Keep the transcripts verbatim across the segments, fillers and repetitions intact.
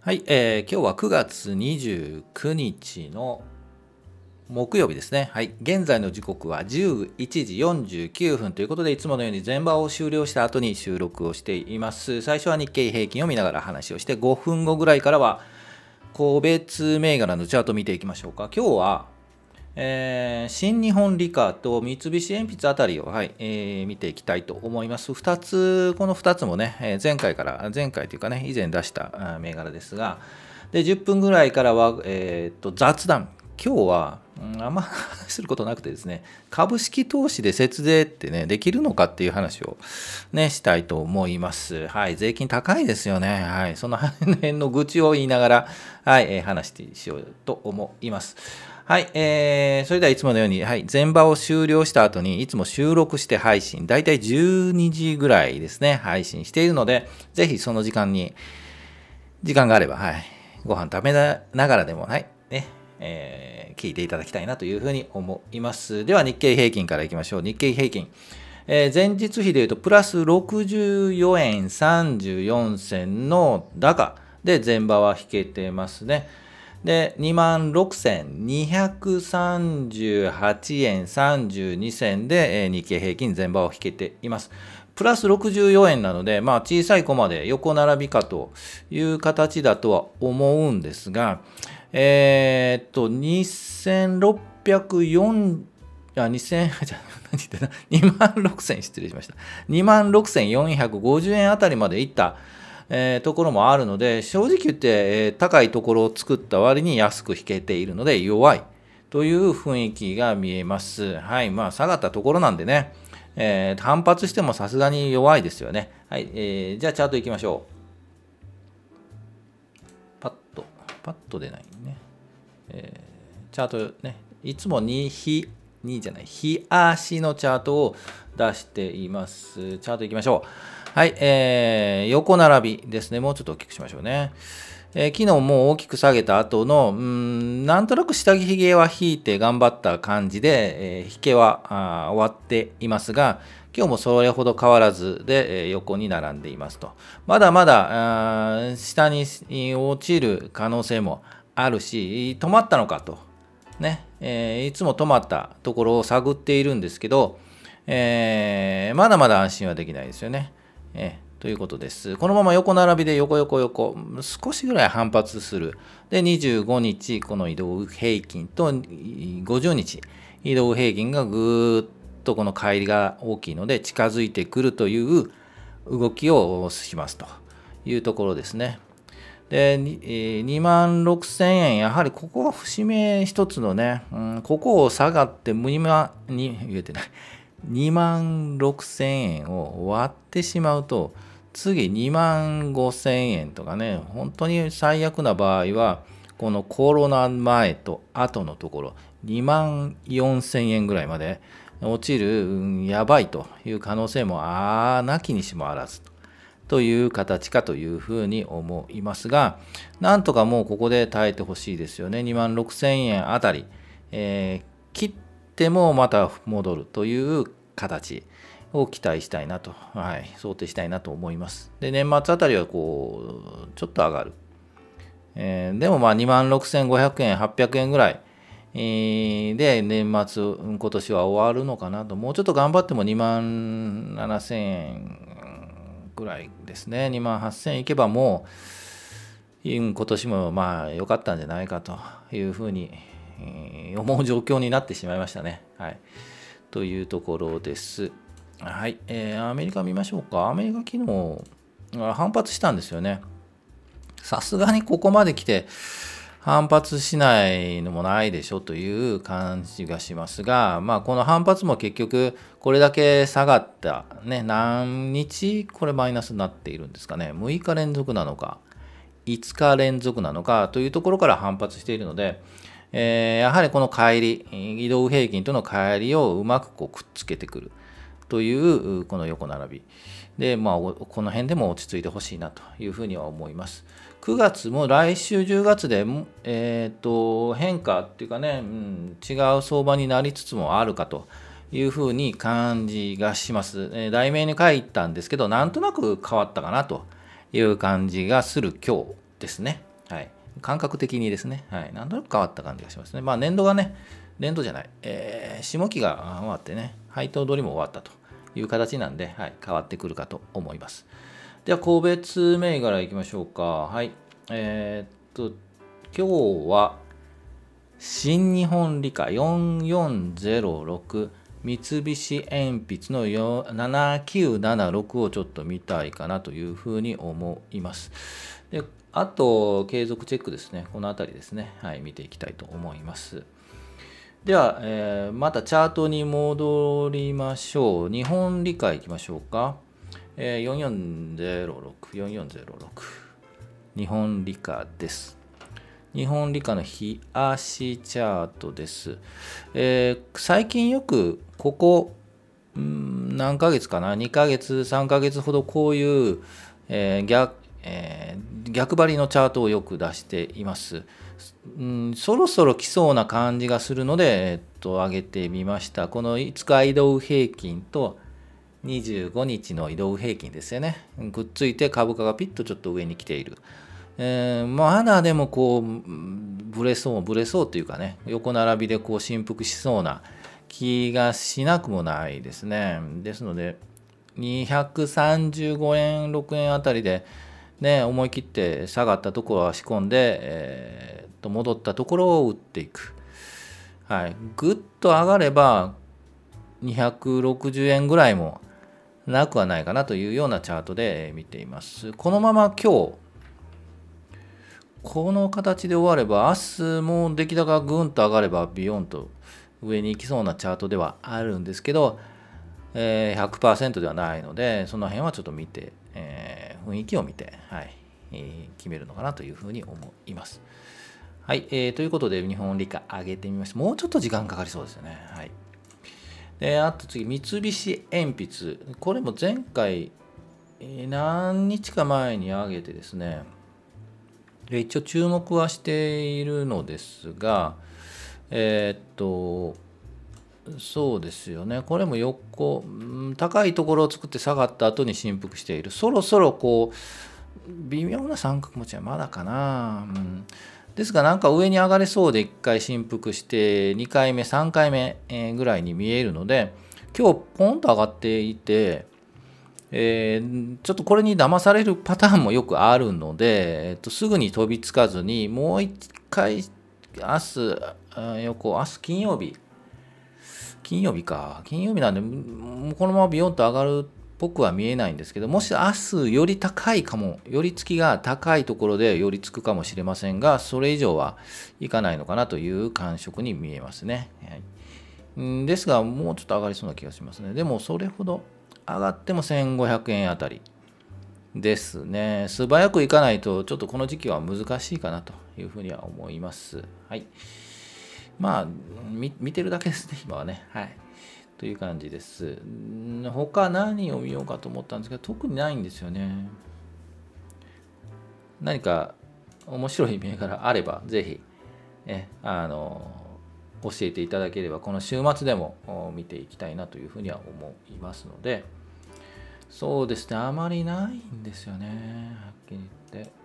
はい、えー、今日はくがつにじゅうくにちの木曜日ですね。はい、現在の時刻はじゅういちじよんじゅうきゅうふんということで、いつものように前場を終了した後に収録をしています。最初は日経平均を見ながら話をして、ごふんごぐらいからは個別銘柄のチャートを見ていきましょうか。今日はえー、新日本理科と三菱鉛筆あたりを、はいえー、見ていきたいと思います。ふたつ、このふたつもね、えー、前回から、前回というかね、以前出した銘柄ですが、でじゅっぷんぐらいからは、えー、と雑談。今日は、うん、あんま話することなくてですね、株式投資で節税ってね、できるのかっていう話をね、したいと思います。はい、税金高いですよね。はい、その辺の愚痴を言いながら、はい、えー、話してしようと思います。はい、えー、それではいつものように、はい、前場を終了した後にいつも収録して配信、だいたいじゅうにじぐらいですね、配信しているので、ぜひその時間に、時間があれば、はい、ご飯食べながらでも、はい、ね、えー、聞いていただきたいなというふうに思います。では日経平均からいきましょう。日経平均。えー、前日比でいうと、プラスろくじゅうよえんさんじゅうよんせんの高で前場は引けてますね。で、にまんろくせんにひゃくさんじゅうはちえんさんじゅうにせんで、えー、日経平均前場を引けています。プラスろくじゅうよえんなので、まあ、小さいコマで横並びかという形だとは思うんですが、えー、っと、にせんろっぴゃくよん、あ、にせん、じゃ何言ってた ?にまんろくせん、失礼しました。にまんろくせんよんひゃくごじゅうえんあたりまでいったえー、ところもあるので、正直言って、えー、高いところを作った割に安く引けているので弱いという雰囲気が見えます。はい、まあ下がったところなんでね、えー、反発してもさすがに弱いですよね。はい、えー、じゃあチャートいきましょう。パッと、パッと出ないね。えー、チャートね、いつもに日、にじゃない、日足のチャートを出しています。チャートいきましょう。はい、えー、横並びですね。もうちょっと大きくしましょうね。えー、昨日もう大きく下げた後の、うん、なんとなく下ひげは引いて頑張った感じで、えー、引けは終わっていますが、今日もそれほど変わらずで、えー、横に並んでいますと。まだまだ下に落ちる可能性もあるし、止まったのかと。ね、えー、いつも止まったところを探っているんですけど、えー、まだまだ安心はできないですよね。えー、ということです。このまま横並びで横横横、少しぐらい反発する。で、にじゅうごにち、この移動平均とごじゅうにち、移動平均がぐーっとこの乖離が大きいので近づいてくるという動きをしますというところですね。で、にまんろくせんえん、やはりここは節目一つのね、うん、ここを下がってにまん、に、言えてない。にまんろくせんえんを割ってしまうと、次にまんごせんえんとかね、本当に最悪な場合は、このコロナ前と後のところ、にまんよんせんえんぐらいまで落ちる、うん、やばいという可能性もあーなきにしもあらずと。という形かというふうに思いますが、なんとかもうここで耐えてほしいですよね。にまんろくせんえんあたり、えー、切ってもまた戻るという形を期待したいなと、はい、想定したいなと思います。で、年末あたりはこう、ちょっと上がる。えー、でもまあにまんろくせんごひゃくえん、はっぴゃくえんぐらい。で、年末、今年は終わるのかなと。もうちょっと頑張ってもにまんななせんえんぐらいですね。にまんはっせんえんいけばもう、今年もまあ良かったんじゃないかというふうに思う状況になってしまいましたね。はい。というところです。はい。えー、アメリカ見ましょうか。アメリカ昨日反発したんですよね。さすがにここまで来て、反発しないのもないでしょという感じがしますが、まあ、この反発も結局これだけ下がった、ね、何日これマイナスになっているんですかね。むいか連続なのか、いつか連続なのかというところから反発しているので、えー、やはりこの乖離、移動平均との乖離をうまくこうくっつけてくるというこの横並びで、まあ、この辺でも落ち着いてほしいなというふうには思います。くがつも来週じゅうがつで、えー、と変化っていうかね、うん、違う相場になりつつもあるかというふうに感じがします。えー、題名に書いたんですけど、なんとなく変わったかなという感じがする今日ですね。 はい、感覚的にですね、はい、なんとなく変わった感じがしますね。まあ年度がね、年度じゃない、えー、下期が終わってね、配当取りも終わったという形なんで、はい、変わってくるかと思います。では、個別銘柄いきましょうか。はい。えー、っと、今日は、新日本理科よんよんゼロろく、三菱鉛筆のななきゅうななろくをちょっと見たいかなというふうに思います。で、あと、継続チェックですね。このあたりですね。はい、見ていきたいと思います。では、えー、またチャートに戻りましょう。日本理科いきましょうか。えー、よんよんゼロろく、よんよんゼロろく。日本理科です。日本理科の日足チャートです。えー、最近よくここ、うん、何ヶ月かな、にかげつ、さんかげつほどこういう、えー 逆えー、逆張りのチャートをよく出しています。うん、そろそろ来そうな感じがするので、えっと、上げてみました。このいつか移動平均とにじゅうごにちの移動平均ですよね。くっついて株価がピッとちょっと上に来ている。えー、まだでもこうブレそうブレそうというかね、横並びでこう振幅しそうな気がしなくもないですね。ですのでにひゃくさんじゅうごえんろくえんあたりでね、思い切って下がったところは仕込んで、えー、と戻ったところを打っていく。はい、ぐっと上がればにひゃくろくじゅうえんぐらいもなくはないかなというようなチャートで見ています。このまま今日この形で終われば、明日も出来高がぐんと上がればビヨンと上に行きそうなチャートではあるんですけど、えー、ひゃくパーセント ではないので、その辺はちょっと見て、えー、雰囲気を見て、はいえー、決めるのかなというふうに思います。はい、えー、ということで日本理科上げてみました。もうちょっと時間かかりそうですよね。はい。で、あと次、三菱鉛筆。これも前回、何日か前に上げてですね、一応注目はしているのですが、えー、っと、そうですよね。これも横、高いところを作って下がった後に振幅している。そろそろこう、微妙な三角持ちはまだかな。うん、ですが、なんか上に上がれそうでいっかい振幅して、にかいめ、さんかいめぐらいに見えるので、今日ポンと上がっていて、えー、ちょっとこれに騙されるパターンもよくあるので、えっと、すぐに飛びつかずに、もう一回、明日、横、明日金曜日、金曜日か、金曜日なんで、もうこのままビヨンと上がるっぽくは見えないんですけど、もし明日より高いかも、より付きが高いところでよりつくかもしれませんが、それ以上はいかないのかなという感触に見えますね。はい、ですが、もうちょっと上がりそうな気がしますね。でも、それほど上がってもせんごひゃくえんあたりですね。素早くいかないとちょっとこの時期は難しいかなというふうには思います。はい。まあ、見, 見てるだけですね、今はね。はい。という感じです。他何を見ようかと思ったんですけど、特にないんですよね。何か面白い銘柄あれば、ぜひ、え、あの、教えていただければ、この週末でも見ていきたいなというふうには思いますので、そうですね、あまりないんですよね、はっきり言って。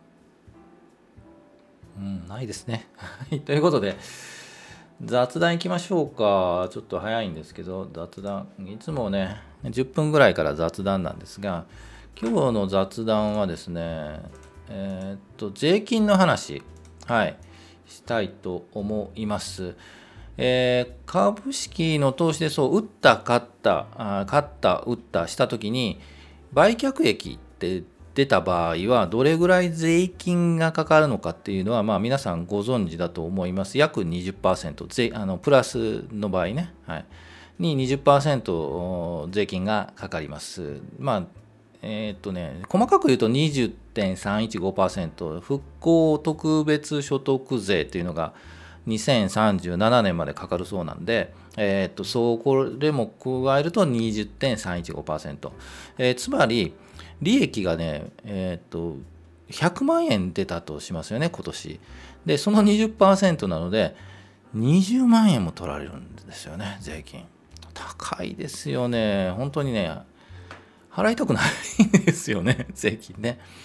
うん、ないですね。ということで、雑談いきましょうか。ちょっと早いんですけど、雑談、いつもね、じゅっぷんぐらいから雑談なんですが、今日の雑談はですね、えー、っと、税金の話、はい、したいと思います。えー、株式の投資でそう、売った、買った、あ買った、売った、したときに、売却益って出た場合は、どれぐらい税金がかかるのかっていうのは、まあ、皆さんご存知だと思います。約 にじゅっパーセント、税あのプラスの場合ね、はい、に にじゅっパーセント 税金がかかります。まあえー、っとね、細かく言うと にじゅってんさんいちごパーセント、復興特別所得税っていうのが、にせんさんじゅうななねんまでかかるそうなんで、えー、っとそうこれも加えると にじゅってんさんいちごパーセント、えー、つまり利益がね、えー、っとひゃくまんえん出たとしますよね、今年で。その にじゅっパーセント なのでにじゅうまんえんも取られるんですよね、税金。高いですよね、本当にね、払いたくないんですよね、税金ね。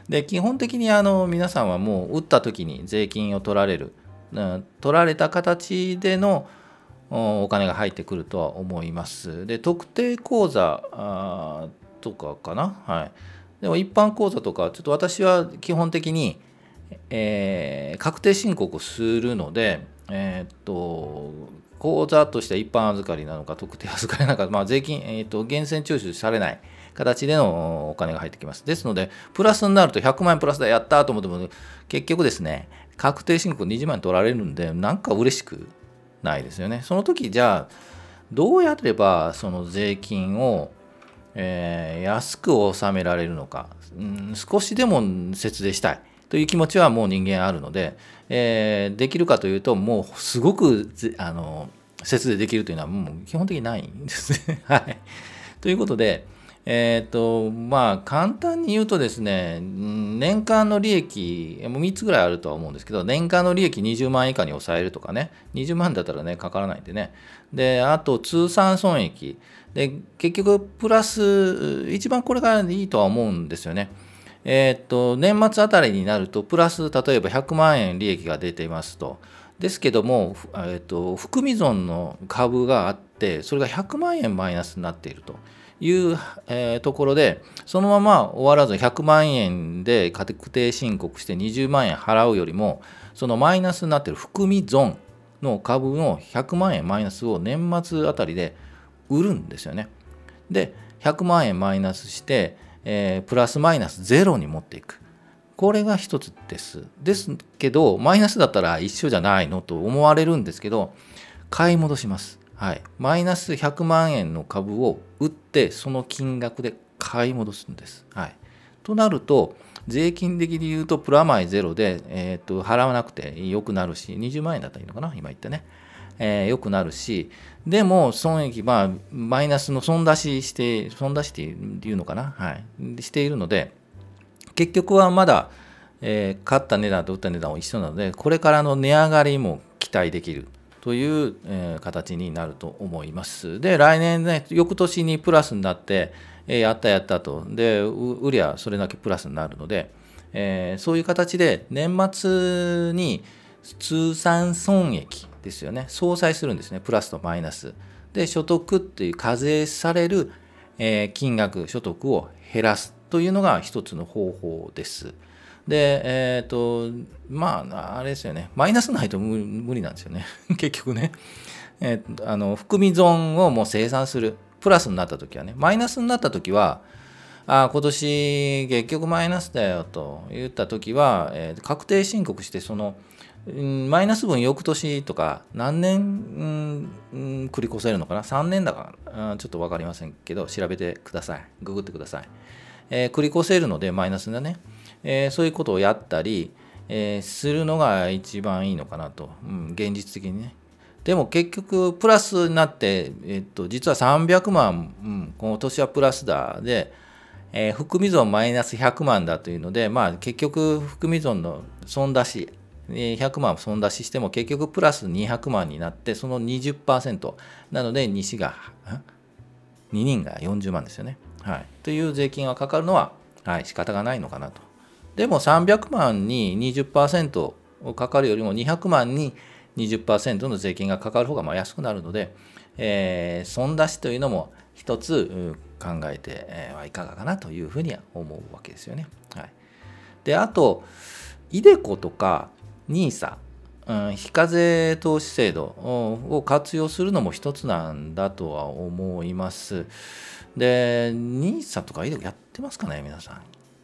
で基本的にあの皆さんはもう打った時に税金を取られる、うん、取られた形でのお金が入ってくるとは思います。で特定口座とかかな、はい、でも一般口座とかちょっと私は基本的に、えー、確定申告するので、えー、っと口座としては一般預かりなのか特定預かりなのか、まあ、税金、えー、っと源泉徴収されない形でのお金が入ってきます。ですのでプラスになるとひゃくまん円プラスだやったと思っても結局ですね確定申告にじゅうまん円取られるんでなんか嬉しくないですよね。その時じゃあどうやればその税金を、えー、安く納められるのか、うん、少しでも節税したいという気持ちはもう人間あるので、えー、できるかというともうすごくあの節税できるというのはもう基本的にないんですね。はい、ということでえーとまあ、簡単に言うとですね、年間の利益、もうみっつぐらいあるとは思うんですけど、年間の利益にじゅうまん円以下に抑えるとかね、にじゅうまんだったらね、かからないんでね。で、あと通算損益。で、結局、プラス、一番これがいいとは思うんですよね。えーと、年末あたりになると、プラス、例えばひゃくまん円利益が出ていますと。ですけども、えーと、含み損の株があって、それがひゃくまん円マイナスになっていると。いう、えー、ところでそのまま終わらずひゃくまん円で確定申告してにじゅうまん円払うよりもそのマイナスになっている含み損の株のひゃくまん円マイナスを年末あたりで売るんですよね。でひゃくまん円マイナスして、えー、プラスマイナスゼロに持っていく。これが一つです。ですけどマイナスだったら一緒じゃないのと思われるんですけど買い戻します。はい、マイナスひゃくまん円の株を売ってその金額で買い戻すんです。はい、となると税金的に言うとプラマイゼロで、えー、と払わなくてよくなるしにじゅうまん円だったらいいのかな今言ってね、えー、よくなるしでも損益まあマイナスの損出しして損出しっていうのかな、はい、しているので結局はまだ、えー、買った値段と売った値段は一緒なのでこれからの値上がりも期待できるという、えー、形になると思います。で、来年ね、翌年にプラスになって、えー、やったやったと。で、売りゃそれだけプラスになるので、えー、そういう形で年末に通算損益ですよね、相殺するんですね、プラスとマイナス。で、所得っていう課税される、えー、金額、所得を減らすというのが一つの方法です。で、えっ、ー、と、まあ、あれですよね。マイナスないと無理なんですよね。結局ね。えー、あの、含み損をもう生産する。プラスになったときはね。マイナスになったときは、あ今年結局マイナスだよと言ったときは、えー、確定申告して、その、うん、マイナス分翌年とか何年、うんうん、繰り越せるのかなさんねんだから、うん、ちょっと分かりませんけど、調べてください。ググってください。えー、繰り越せるので、マイナスだね。えー、そういうことをやったり、えー、するのが一番いいのかなと、うん、現実的にね。でも結局プラスになって、えっと、実はさんびゃくまん、うん、今年はプラスだで、えー、含み損マイナスひゃくまんだというので、まあ、結局含み損の損出しひゃくまん損出ししても結局プラスにひゃくまんになってその にじゅっパーセント なので西がににんがよんじゅうまんですよね、はい、という税金がかかるのは、はい、仕方がないのかなと。でもさんびゃくまんに にじゅっパーセント かかるよりもにひゃくまんに にじゅっパーセント の税金がかかる方がまあ安くなるので、えー、損出しというのも一つ考えてはいかがかなというふうには思うわけですよね。はい、であとイデコとかニーサ、うん、非課税投資制度を活用するのも一つなんだとは思います。でニーサとかイデコやってますかね皆さん。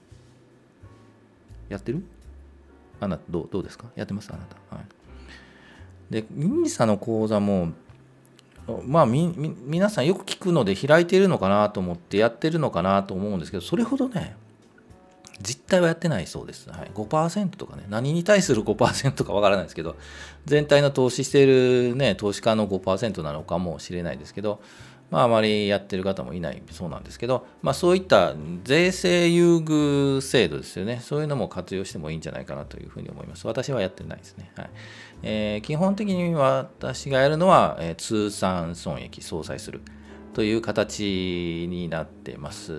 やってる？あなたどう、どうですか？やってますあなた。はい。で、ニーサの口座も、まあみ、み、皆さんよく聞くので開いているのかなと思ってやってるのかなと思うんですけど、それほどね、実態はやってないそうです。はい、ごパーセントとかね、何に対する ごパーセント かわからないですけど、全体の投資している、ね、投資家の ごパーセント なのかもしれないですけど、まあ、あまりやってる方もいないそうなんですけど、まあ、そういった税制優遇制度ですよね、そういうのも活用してもいいんじゃないかなというふうに思います。私はやってないですね。はいえー、基本的に私がやるのは、えー、通算損益相殺するという形になっています。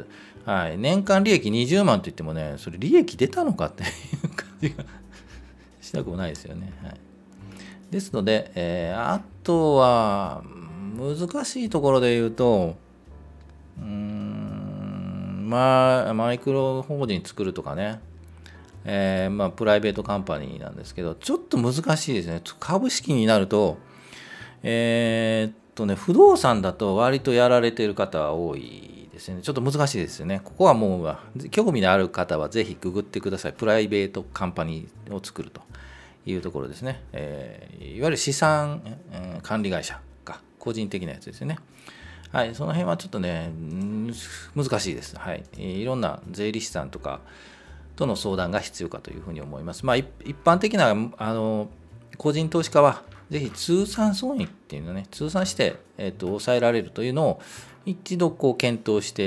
はい、年間利益にじゅうまんといってもね、それ利益出たのかっていう感じがしたくもないですよね。はい、ですので、えー、あとは難しいところで言うと、うーん、まあ、マイクロ法人作るとかね、えーまあ、プライベートカンパニーなんですけど、ちょっと難しいですね。株式になると、えーっとね、不動産だと割とやられている方は多いですね。ちょっと難しいですよね。ここはもう、興味のある方はぜひググってください。プライベートカンパニーを作るというところですね。えー、いわゆる資産、えー管理会社か、個人的なやつですよね。はい、その辺はちょっとね、難しいです。はい。いろんな税理士さんとか、との相談が必要かというふうに思います。まあ、一般的なあの個人投資家は、ぜひ通算損益っていうのをね、通算して、えー、と抑えられるというのを一度こう検討して、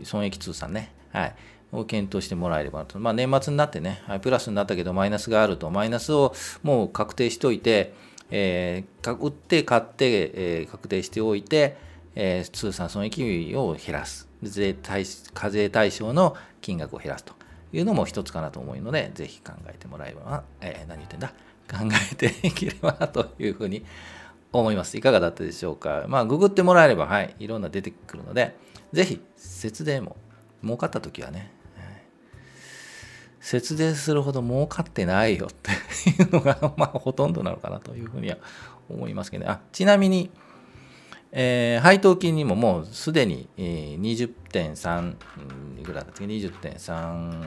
損益通算ね、はい、を検討してもらえればと。まあ、年末になってね、はい、プラスになったけどマイナスがあると、マイナスをもう確定しておいて、えー、売って買って、えー、確定しておいて、えー、通算損益を減らす。税対課税対象の金額を減らすというのも一つかなと思うので、ぜひ考えてもらえれば、えー、何言ってんだ考えていければなというふうに思います。いかがだったでしょうか。まあ、ググってもらえれば、はい、いろんな出てくるので、ぜひ、節税も、儲かったときはね、節税するほど儲かってないよっていうのが、まあ、ほとんどなのかなというふうには思いますけどね。あ、ちなみに、えー、配当金にももうすでに、えー、にじゅってんさん、いくらだったっけ ?にじゅってんさん、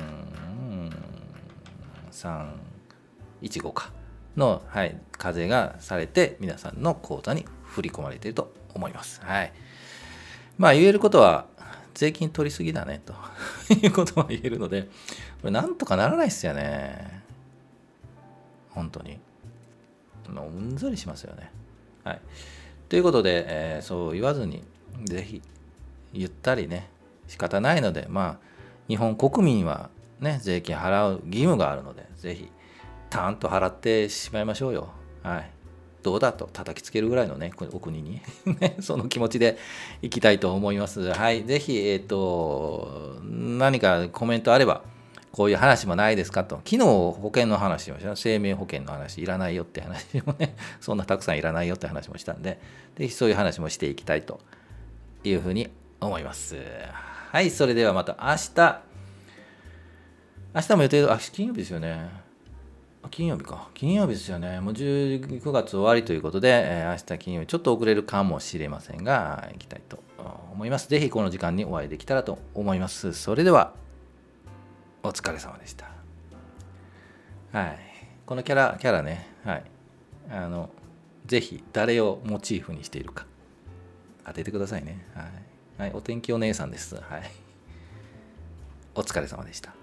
さんいちごかの、はい、課税がされて皆さんの口座に振り込まれていると思います。はい。まあ言えることは税金取りすぎだねということは言えるので、これなんとかならないですよね。本当に。もううんざりしますよね。はい。ということで、えー、そう言わずに、ぜひ、ゆったりね、仕方ないので、まあ、日本国民はね、税金払う義務があるので、ぜひ、たーんと払ってしまいましょうよ。はい。どうだと叩きつけるぐらいのね、お国にね、その気持ちでいきたいと思います。はい。ぜひ、えっと、何かコメントあれば、こういう話もないですかと。昨日保険の話をした。生命保険の話いらないよって話もね、そんなたくさんいらないよって話もしたんで、ぜひそういう話もしていきたいというふうに思います。はい、それではまた明日。明日も予定、あ、金曜日ですよね。金曜日か。金曜日ですよね。もうじゅうくがつ終わりということで、えー、明日金曜日ちょっと遅れるかもしれませんが、行きたいと思います。ぜひこの時間にお会いできたらと思います。それでは、お疲れ様でした。はい。このキャラ、キャラね、はい。あの、ぜひ誰をモチーフにしているか、当ててくださいね。はい。はい、お天気お姉さんです。はい。お疲れ様でした。